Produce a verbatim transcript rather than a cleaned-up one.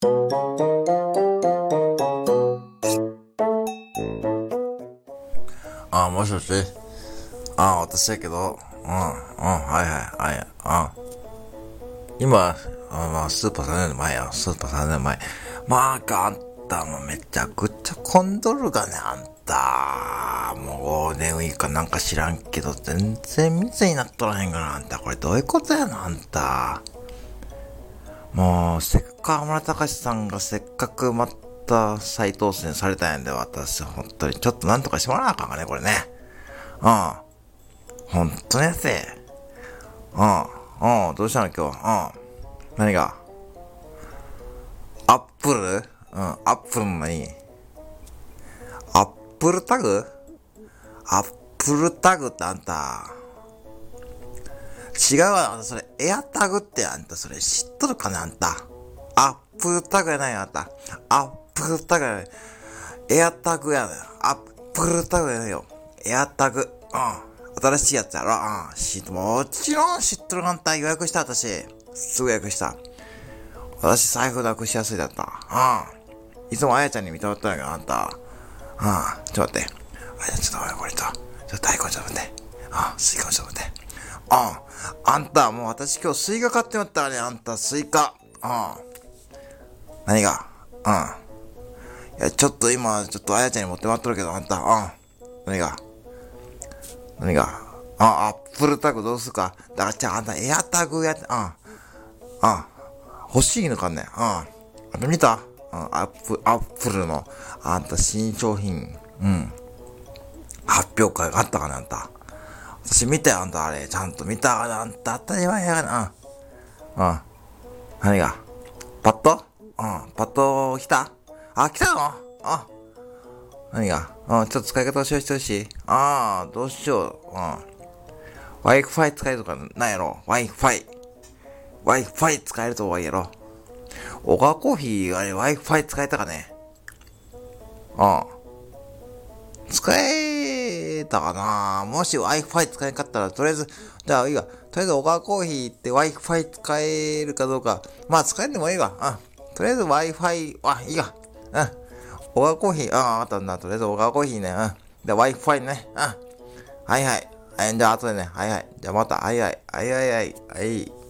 あ、もしもし。あ、私だけど、うん、うん、はいはい、はい、あ。今、あまあ、スーパーさんねんまえや、スーパーさんねんまえ。まあ、あんたもめちゃくちゃ混んどるがね、あんた。もうゴールデンウィークかなんか知らんけど、全然密になっとらへんがな、あんた。これどういうことやの、あんた。もう、せっかく河村隆さんがせっかくまた再当選されたんやんで、私、本当に。ちょっとなんとかしてもらわなあかんかね、これね。うん。本当のやつや。うん。うん。どうしたの今日。うん。何がアップルうん。アップルの何アップルタグアップルタグってあんた。違うわ。それ、エアタグってあんた。それ知っとるかねあんた。アップルタグやないよあんた。アップルタグやない。エアタグやねん。アップルタグやねんよ。エアタグ。うん。新しいやつやろ。うん。し、もちろん知っとるあんた。予約した私。すぐ予約した。私財布なくしやすいだった。うん。いつもあやちゃんに見てもらったんやけど、あんた。うん。ちょっと待って。あやちょっと待って、これと。ちょっと大根ちょっと待って。うん。スイカもちょっと待って。うん。あんた、もう私今日スイカ買ってもらったらね、あんた、スイカ。うん。何がうん。いや、ちょっと今、ちょっとあやちゃんに持ってもらっとるけど、あんた。うん。何が何があ、アップルタグどうするか。だから、じゃあ、あんた、エアタグやって、うん。うん。欲しいのかね。うん。あれ見たうん。アップ、アップルの、あんた、新商品、うん。発表会があったかな、あんた。私見たよ、あんた、あれ。ちゃんと見たかな、あんた。当たり前やがな。うん。うん。何がパッドうん。パッド来たあ、来たのあ、何がうん。ちょっと使い方教えてほしい。ああ、どうしよう。うん。Wi-Fi 使えるとかないやろ ?Wi-Fi。Wi-Fi 使えるとはいいやろ。小川コーヒーあれ Wi-Fi 使えたかねうん。使えたかなもし Wi-Fi 使えんかったら、とりあえず、じゃあいいわ。とりあえず小川コーヒーって Wi-Fi 使えるかどうか。まあ使えんでもいいわ。うん。とりあえず Wi-Fi、あ、いいわ。うん。小川コーヒー、ああ、あったんだ。とりあえず小川コーヒーね。うん。で、Wi-Fi ね。うん。はいはい。はい、じゃあ後でね。はいはい。じゃあまた。はいはい。はいはいはい。はい。